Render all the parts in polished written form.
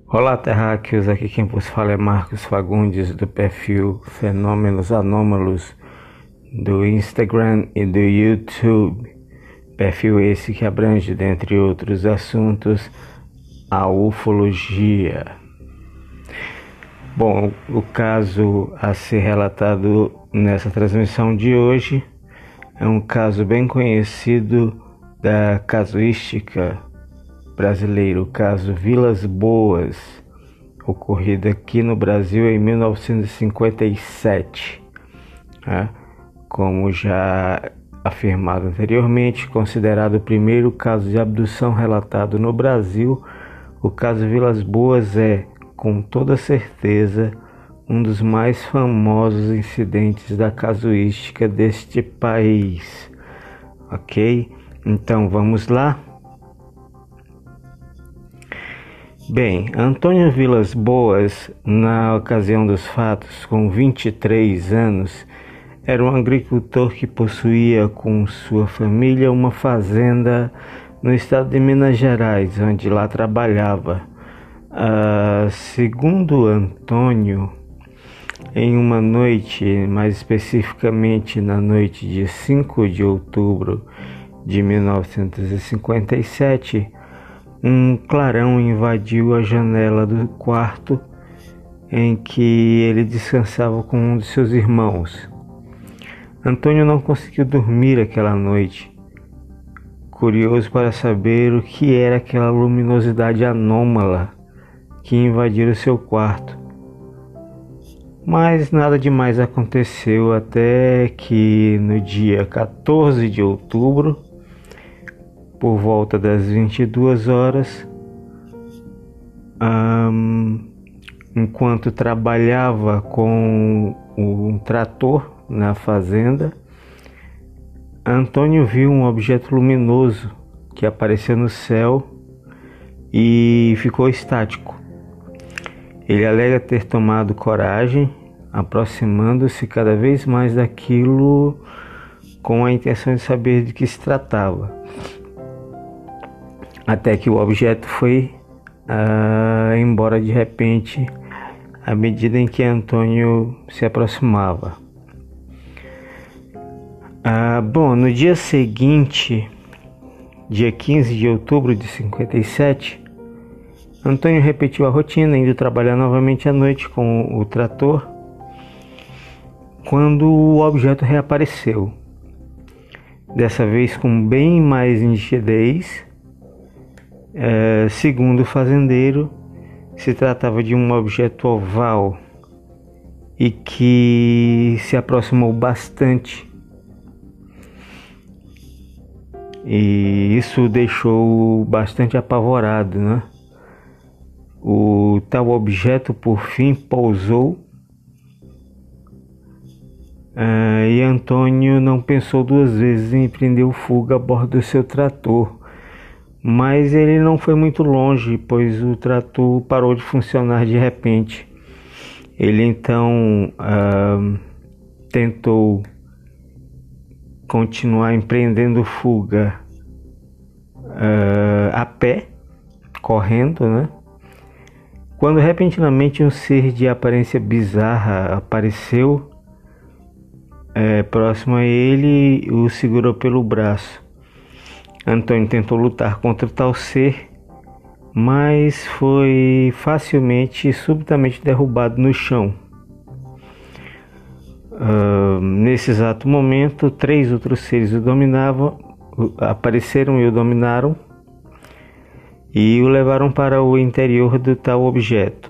Olá, terráqueos, aqui quem vos fala é Marcos Fagundes, do perfil Fenômenos Anômalos do Instagram e do YouTube. Perfil esse que abrange, dentre outros assuntos, a ufologia. Bom, o caso a ser relatado nessa transmissão de hoje é um caso bem conhecido da casuística brasileira, o caso Vilas Boas, ocorrido aqui no Brasil em 1957. Como já afirmado anteriormente, considerado o primeiro caso de abdução relatado no Brasil, o caso Vilas Boas é, com toda certeza, um dos mais famosos incidentes da casuística deste país. Ok? Então vamos lá? Bem, Antônio Vilas Boas, na ocasião dos fatos, com 23 anos, era um agricultor que possuía com sua família uma fazenda no estado de Minas Gerais, onde lá trabalhava. Segundo Antônio, em uma noite, mais especificamente na noite de 5 de outubro de 1957, um clarão invadiu a janela do quarto em que ele descansava com um de seus irmãos. Antônio não conseguiu dormir aquela noite, curioso para saber o que era aquela luminosidade anômala que invadiu o seu quarto. Mas nada demais aconteceu até que no dia 14 de outubro, por volta das 22 horas, enquanto trabalhava com um trator na fazenda, Antônio viu um objeto luminoso que apareceu no céu e ficou estático. Ele alega ter tomado coragem, aproximando-se cada vez mais daquilo com a intenção de saber de que se tratava. Até que o objeto foi embora de repente, à medida em que Antônio se aproximava. Bom, no dia seguinte, dia 15 de outubro de 57, Antônio repetiu a rotina, indo trabalhar novamente à noite com o trator, quando o objeto reapareceu. Dessa vez com bem mais nitidez. Segundo o fazendeiro, se tratava de um objeto oval e que se aproximou bastante. E isso o deixou bastante apavorado, né? O tal objeto, por fim, pousou e Antônio não pensou duas vezes em empreender fuga a bordo do seu trator. Mas ele não foi muito longe, pois o trator parou de funcionar de repente. Ele então tentou continuar empreendendo fuga a pé, correndo, né? Quando repentinamente um ser de aparência bizarra apareceu próximo a ele e o segurou pelo braço. Antônio tentou lutar contra tal ser, mas foi facilmente e subitamente derrubado no chão. Nesse exato momento, 3 outros seres apareceram e o dominaram e o levaram para o interior do tal objeto.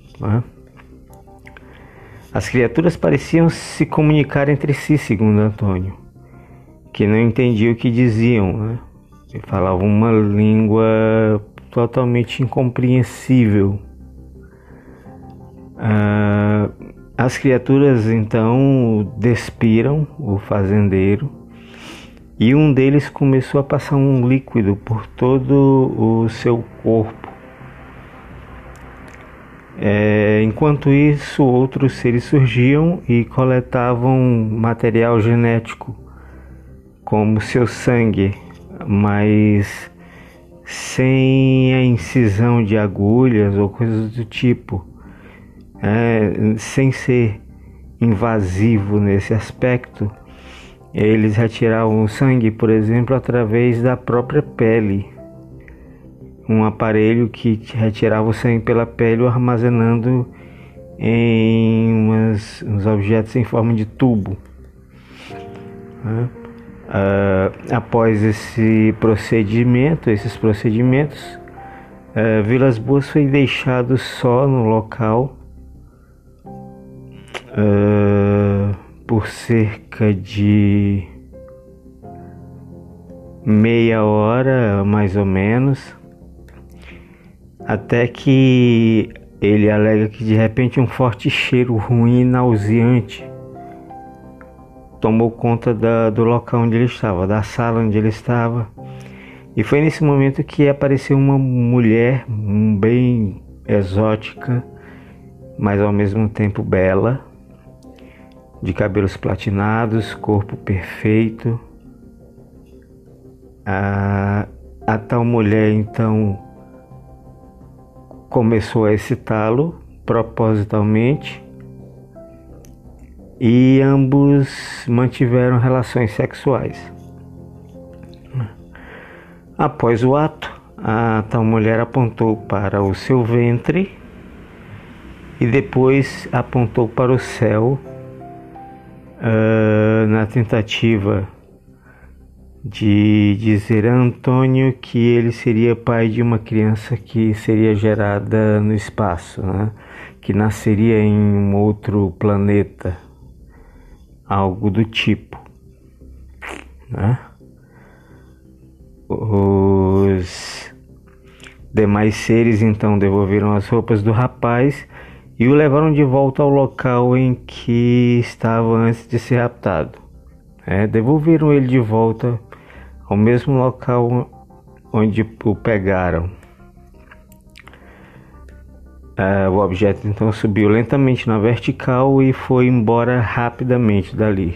As criaturas pareciam se comunicar entre si, segundo Antônio, que não entendia o que diziam, e falavam uma língua totalmente incompreensível. As criaturas então despiram o fazendeiro e um deles começou a passar um líquido por todo o seu corpo. Enquanto isso, outros seres surgiam e coletavam material genético, como seu sangue, mas sem a incisão de agulhas ou coisas do tipo, sem ser invasivo nesse aspecto. Eles retiravam o sangue, por exemplo, através da própria pele, um aparelho que retirava o sangue pela pele, armazenando em uns objetos em forma de tubo. Após esses procedimentos, Vilas Boas foi deixado só no local por cerca de meia hora, mais ou menos, até que ele alega que de repente um forte cheiro ruim e nauseante tomou conta do local onde ele estava, da sala onde ele estava. E foi nesse momento que apareceu uma mulher bem exótica, mas ao mesmo tempo bela, de cabelos platinados, corpo perfeito. A tal mulher então começou a excitá-lo propositalmente, e ambos mantiveram relações sexuais. Após o ato, a tal mulher apontou para o seu ventre e depois apontou para o céu, na tentativa de dizer a Antônio que ele seria pai de uma criança que seria gerada no espaço, que nasceria em um outro planeta, algo do tipo. Os demais seres então devolveram as roupas do rapaz e o levaram de volta ao local em que estava antes de ser raptado. Devolveram ele de volta ao mesmo local onde o pegaram. O objeto então subiu lentamente na vertical e foi embora rapidamente dali,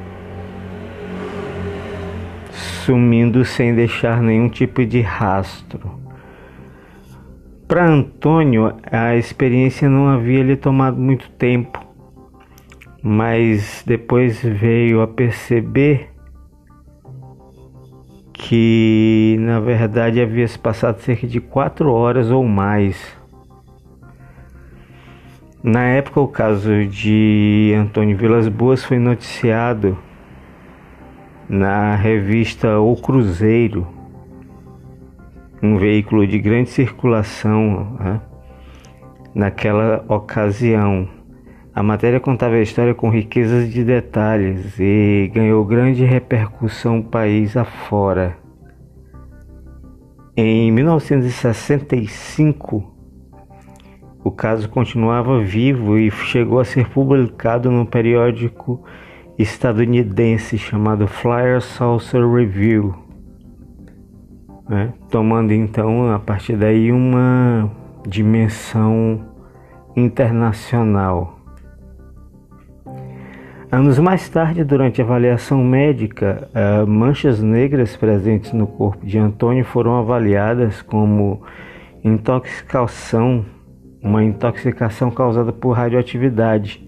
sumindo sem deixar nenhum tipo de rastro. Para Antônio, a experiência não havia lhe tomado muito tempo, mas depois veio a perceber que na verdade havia se passado cerca de 4 horas ou mais. Na época, o caso de Antônio Vilas Boas foi noticiado na revista O Cruzeiro, um veículo de grande circulação, naquela ocasião. A matéria contava a história com riquezas de detalhes e ganhou grande repercussão país afora. Em 1965, o caso continuava vivo e chegou a ser publicado no periódico estadunidense chamado Flyer Saucer Review, tomando então a partir daí uma dimensão internacional. Anos mais tarde, durante a avaliação médica, manchas negras presentes no corpo de Antônio foram avaliadas como uma intoxicação causada por radioatividade.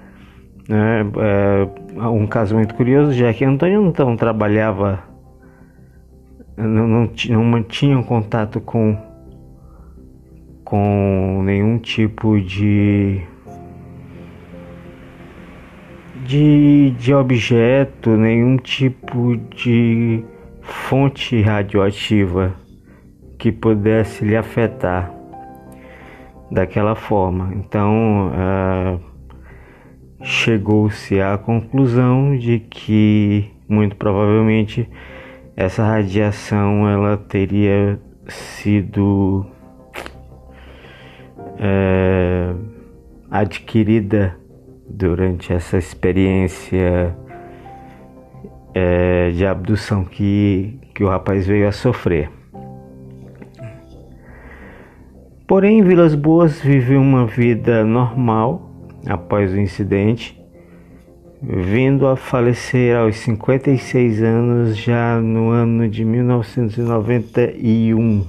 Um caso muito curioso, já que Antônio então trabalhava, não mantinha um contato com nenhum tipo de objeto, nenhum tipo de fonte radioativa que pudesse lhe afetar daquela forma. Então, chegou-se à conclusão de que muito provavelmente essa radiação ela teria sido adquirida durante essa experiência de abdução que o rapaz veio a sofrer. Porém, Vilas Boas viveu uma vida normal após o incidente, vindo a falecer aos 56 anos já no ano de 1991.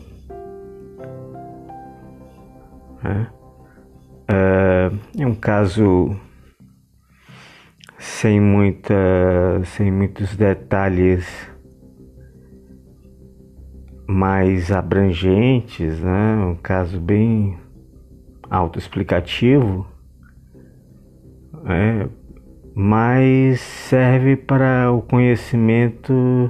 É um caso sem muitos detalhes mais abrangentes, né? Um caso bem autoexplicativo, mas serve para o conhecimento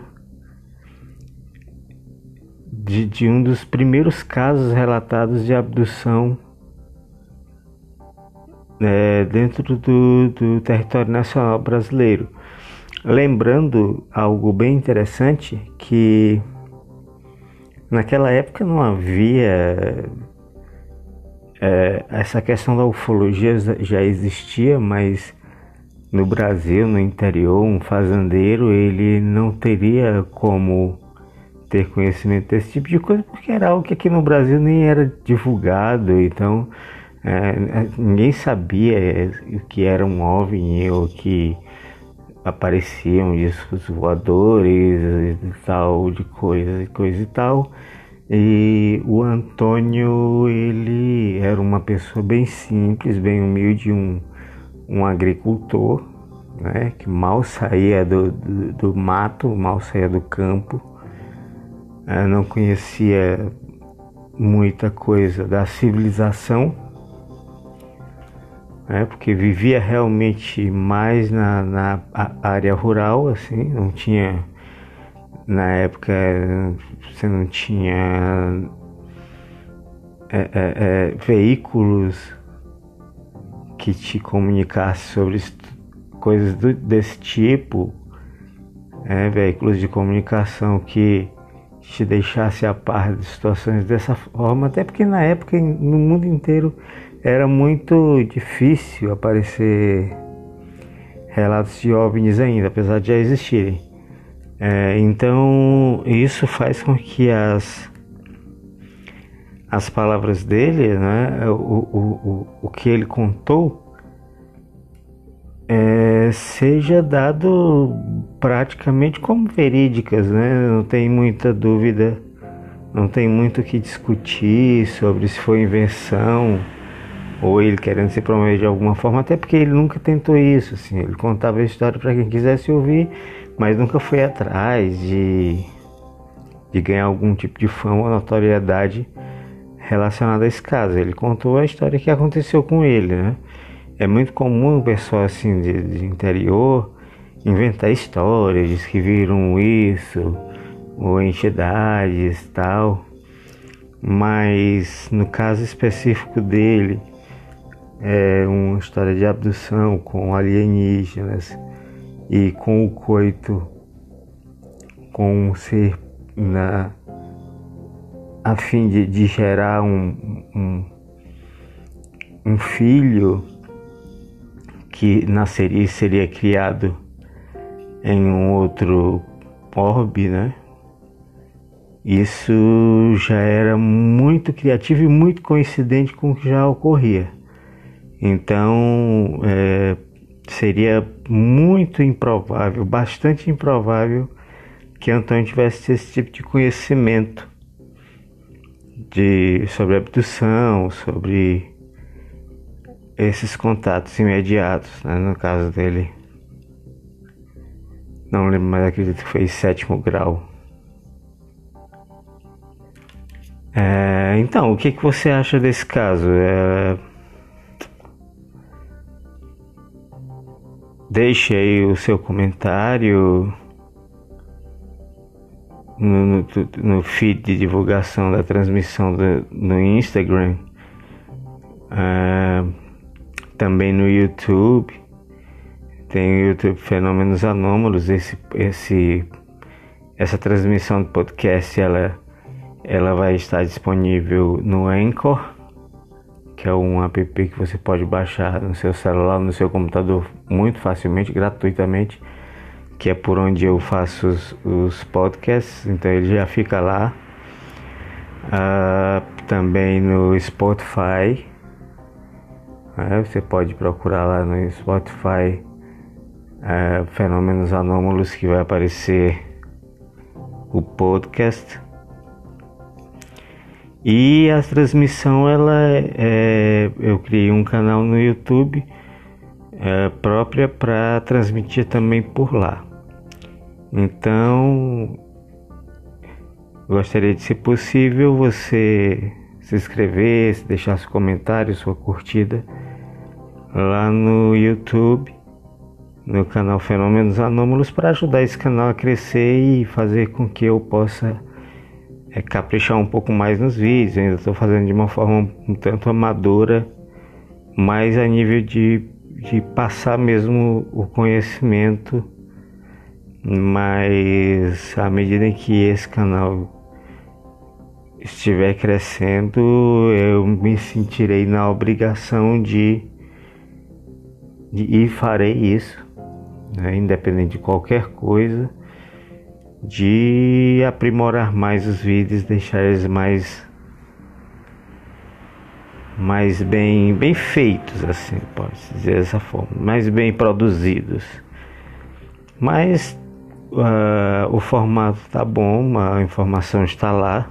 de um dos primeiros casos relatados de abdução dentro do território nacional brasileiro. Lembrando algo bem interessante, que naquela época não havia essa questão da ufologia, já existia, mas no Brasil, no interior, um fazendeiro ele não teria como ter conhecimento desse tipo de coisa, porque era algo que aqui no Brasil nem era divulgado. Então ninguém sabia o que era um OVNI, ou que apareciam discos voadores e tal, de coisa e tal. E o Antônio, ele era uma pessoa bem simples, bem humilde, um agricultor, né, que mal saía do mato, mal saía do campo, não conhecia muita coisa da civilização, porque vivia realmente mais na área rural, assim. Não tinha, na época, você não tinha veículos que te comunicassem sobre coisas desse tipo, veículos de comunicação que te deixasse a par de situações dessa forma, até porque na época no mundo inteiro era muito difícil aparecer relatos de OVNIs ainda, apesar de já existirem. Então isso faz com que as palavras dele, né, o que ele contou, seja dado praticamente como verídicas, né? Não tem muita dúvida, não tem muito o que discutir sobre se foi invenção ou ele querendo se promover de alguma forma, até porque ele nunca tentou isso, assim. Ele contava a história para quem quisesse ouvir, mas nunca foi atrás de ganhar algum tipo de fama ou notoriedade relacionada a esse caso. Ele contou a história que aconteceu com ele, né? É muito comum o pessoal assim de interior inventar histórias, diz que viram isso, ou entidades e tal, mas no caso específico dele, é uma história de abdução com alienígenas e com o coito com um ser a fim de gerar um filho que nasceria e seria criado em um outro orbe, né? Isso já era muito criativo e muito coincidente com o que já ocorria. Então seria muito improvável, bastante improvável, que Antônio tivesse esse tipo de conhecimento sobre abdução, sobre esses contatos imediatos, né? No caso dele, não lembro, mas acredito que foi 7º grau. Então, o que você acha desse caso? Deixe aí o seu comentário no feed de divulgação da transmissão no Instagram, também no YouTube. Tem o YouTube Fenômenos Anômalos. Essa transmissão de podcast ela vai estar disponível no Anchor, que é um app que você pode baixar no seu celular, no seu computador, muito facilmente, gratuitamente, que é por onde eu faço os podcasts. Então ele já fica lá. Também no Spotify, você pode procurar lá no Spotify Fenômenos Anômalos, que vai aparecer o podcast. E a transmissão, eu criei um canal no YouTube própria para transmitir também por lá. Então, gostaria de, se possível, você se inscrever, deixar seu comentário, sua curtida lá no YouTube, no canal Fenômenos Anômalos, para ajudar esse canal a crescer e fazer com que eu possa caprichar um pouco mais nos vídeos. Eu ainda estou fazendo de uma forma um tanto amadora, mas a nível de passar mesmo o conhecimento. Mas à medida em que esse canal estiver crescendo, eu me sentirei na obrigação e farei isso, né, independente de qualquer coisa, de aprimorar mais os vídeos, deixar eles mais bem feitos, assim, pode-se dizer dessa forma, mais bem produzidos. Mas o formato tá bom, a informação está lá.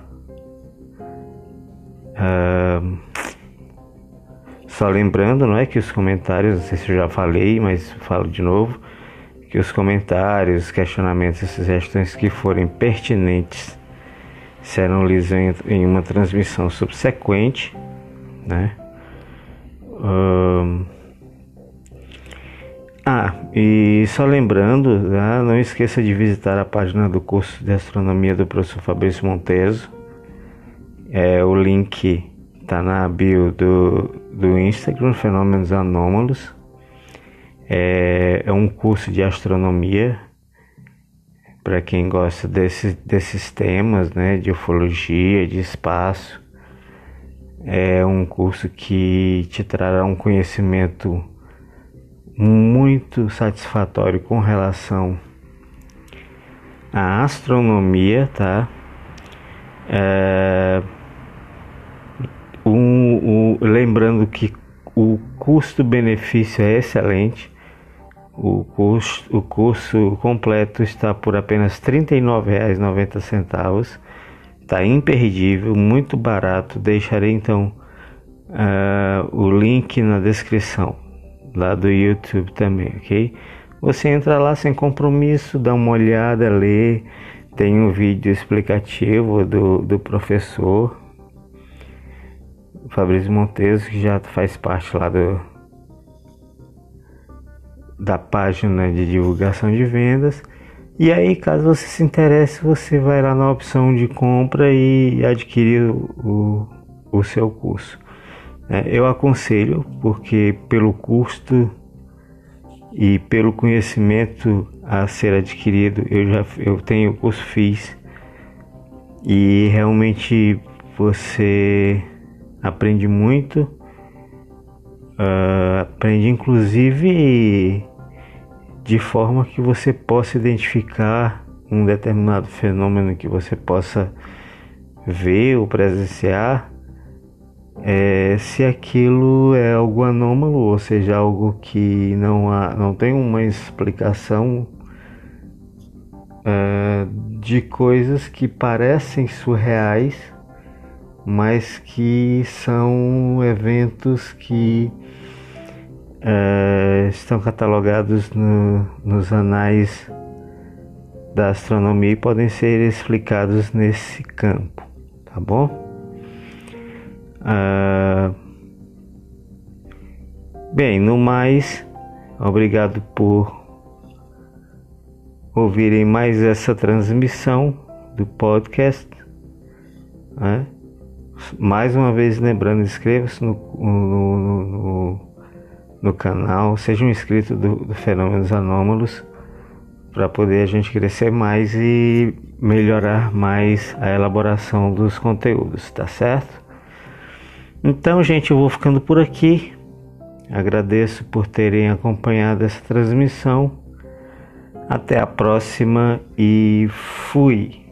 Só lembrando, não é, que os comentários, não sei se eu já falei, mas falo de novo, que os comentários, questionamentos e sugestões que forem pertinentes serão lidos em uma transmissão subsequente, né? E só lembrando, não esqueça de visitar a página do curso de astronomia do professor Fabrício Monteso. O link está na bio do Instagram, Fenômenos Anômalos. É um curso de astronomia para quem gosta desses temas, né, de ufologia, de espaço. É um curso que te trará um conhecimento muito satisfatório com relação à astronomia, tá? Lembrando que o custo-benefício é excelente. O curso completo está por apenas R$ 39,90. Está imperdível, muito barato. Deixarei então o link na descrição lá do YouTube também, ok? Você entra lá sem compromisso, dá uma olhada, lê. Tem um vídeo explicativo do professor Fabrício Monteso, que já faz parte lá da página de divulgação de vendas. E aí, caso você se interesse, você vai lá na opção de compra e adquirir o seu curso. Eu aconselho, porque pelo custo e pelo conhecimento a ser adquirido, eu tenho o curso, fiz, e realmente você aprende muito, aprende inclusive de forma que você possa identificar um determinado fenômeno que você possa ver ou presenciar, se aquilo é algo anômalo, ou seja, algo que não tem uma explicação, de coisas que parecem surreais, mas que são eventos que estão catalogados nos anais da astronomia e podem ser explicados nesse campo, tá bom? Bem, no mais, obrigado por ouvirem mais essa transmissão do podcast, né? Mais uma vez lembrando, inscreva-se no canal, seja um inscrito do Fenômenos Anômalos, para poder a gente crescer mais e melhorar mais a elaboração dos conteúdos, tá certo? Então, gente, eu vou ficando por aqui. Agradeço por terem acompanhado essa transmissão. Até a próxima e fui!